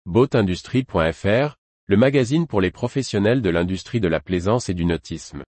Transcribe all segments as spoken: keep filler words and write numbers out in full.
boatindustrie point f r, le magazine pour les professionnels de l'industrie de la plaisance et du nautisme.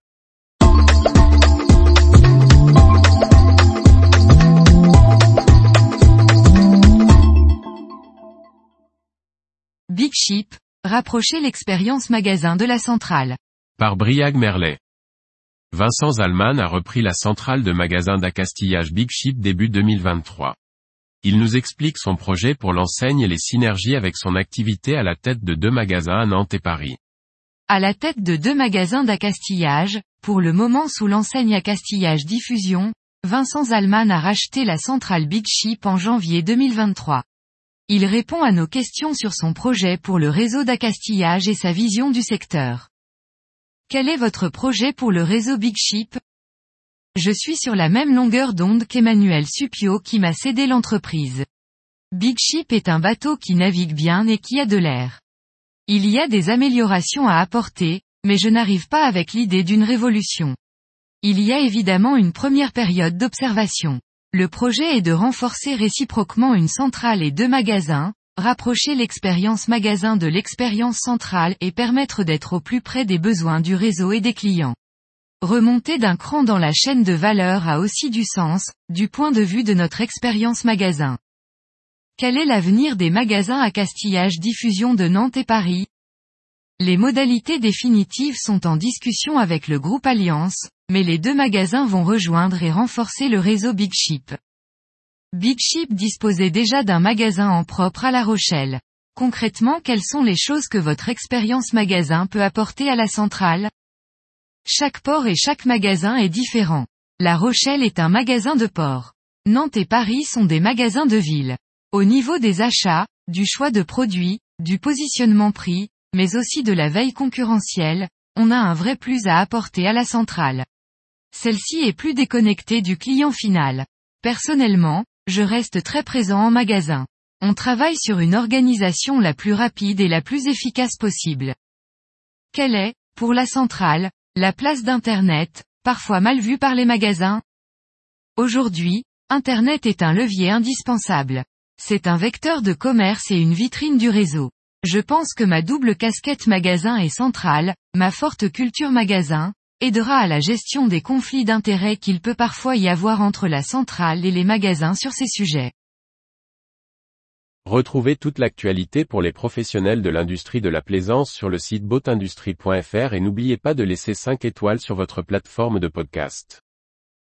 Big Ship, rapprochez l'expérience magasin de la centrale. Par Briag Merlet. Vincent Zalman a repris la centrale de magasin d'accastillage Big Ship début deux mille vingt-trois. Il nous explique son projet pour l'enseigne et les synergies avec son activité à la tête de deux magasins à Nantes et Paris. À la tête de deux magasins d'accastillage, pour le moment sous l'enseigne Accastillage Diffusion, Vincent Zalman a racheté la centrale Big Ship en janvier deux mille vingt-trois. Il répond à nos questions sur son projet pour le réseau d'accastillage et sa vision du secteur. Quel est votre projet pour le réseau Big Ship ? Je suis sur la même longueur d'onde qu'Emmanuel Suppiot qui m'a cédé l'entreprise. Big Ship est un bateau qui navigue bien et qui a de l'air. Il y a des améliorations à apporter, mais je n'arrive pas avec l'idée d'une révolution. Il y a évidemment une première période d'observation. Le projet est de renforcer réciproquement une centrale et deux magasins, rapprocher l'expérience magasin de l'expérience centrale et permettre d'être au plus près des besoins du réseau et des clients. Remonter d'un cran dans la chaîne de valeur a aussi du sens, du point de vue de notre expérience magasin. Quel est l'avenir des magasins Accastillage Diffusion de Nantes et Paris ? Les modalités définitives sont en discussion avec le groupe Alliance, mais les deux magasins vont rejoindre et renforcer le réseau Big Ship. Big Ship disposait déjà d'un magasin en propre à La Rochelle. Concrètement, quelles sont les choses que votre expérience magasin peut apporter à la centrale ? Chaque port et chaque magasin est différent. La Rochelle est un magasin de port. Nantes et Paris sont des magasins de ville. Au niveau des achats, du choix de produits, du positionnement prix, mais aussi de la veille concurrentielle, on a un vrai plus à apporter à la centrale. Celle-ci est plus déconnectée du client final. Personnellement, je reste très présent en magasin. On travaille sur une organisation la plus rapide et la plus efficace possible. Quelle est, pour la centrale, la place d'Internet, parfois mal vue par les magasins ? Aujourd'hui, Internet est un levier indispensable. C'est un vecteur de commerce et une vitrine du réseau. Je pense que ma double casquette magasin et centrale, ma forte culture magasin, aidera à la gestion des conflits d'intérêts qu'il peut parfois y avoir entre la centrale et les magasins sur ces sujets. Retrouvez toute l'actualité pour les professionnels de l'industrie de la plaisance sur le site boatindustrie point f r et n'oubliez pas de laisser cinq étoiles sur votre plateforme de podcast.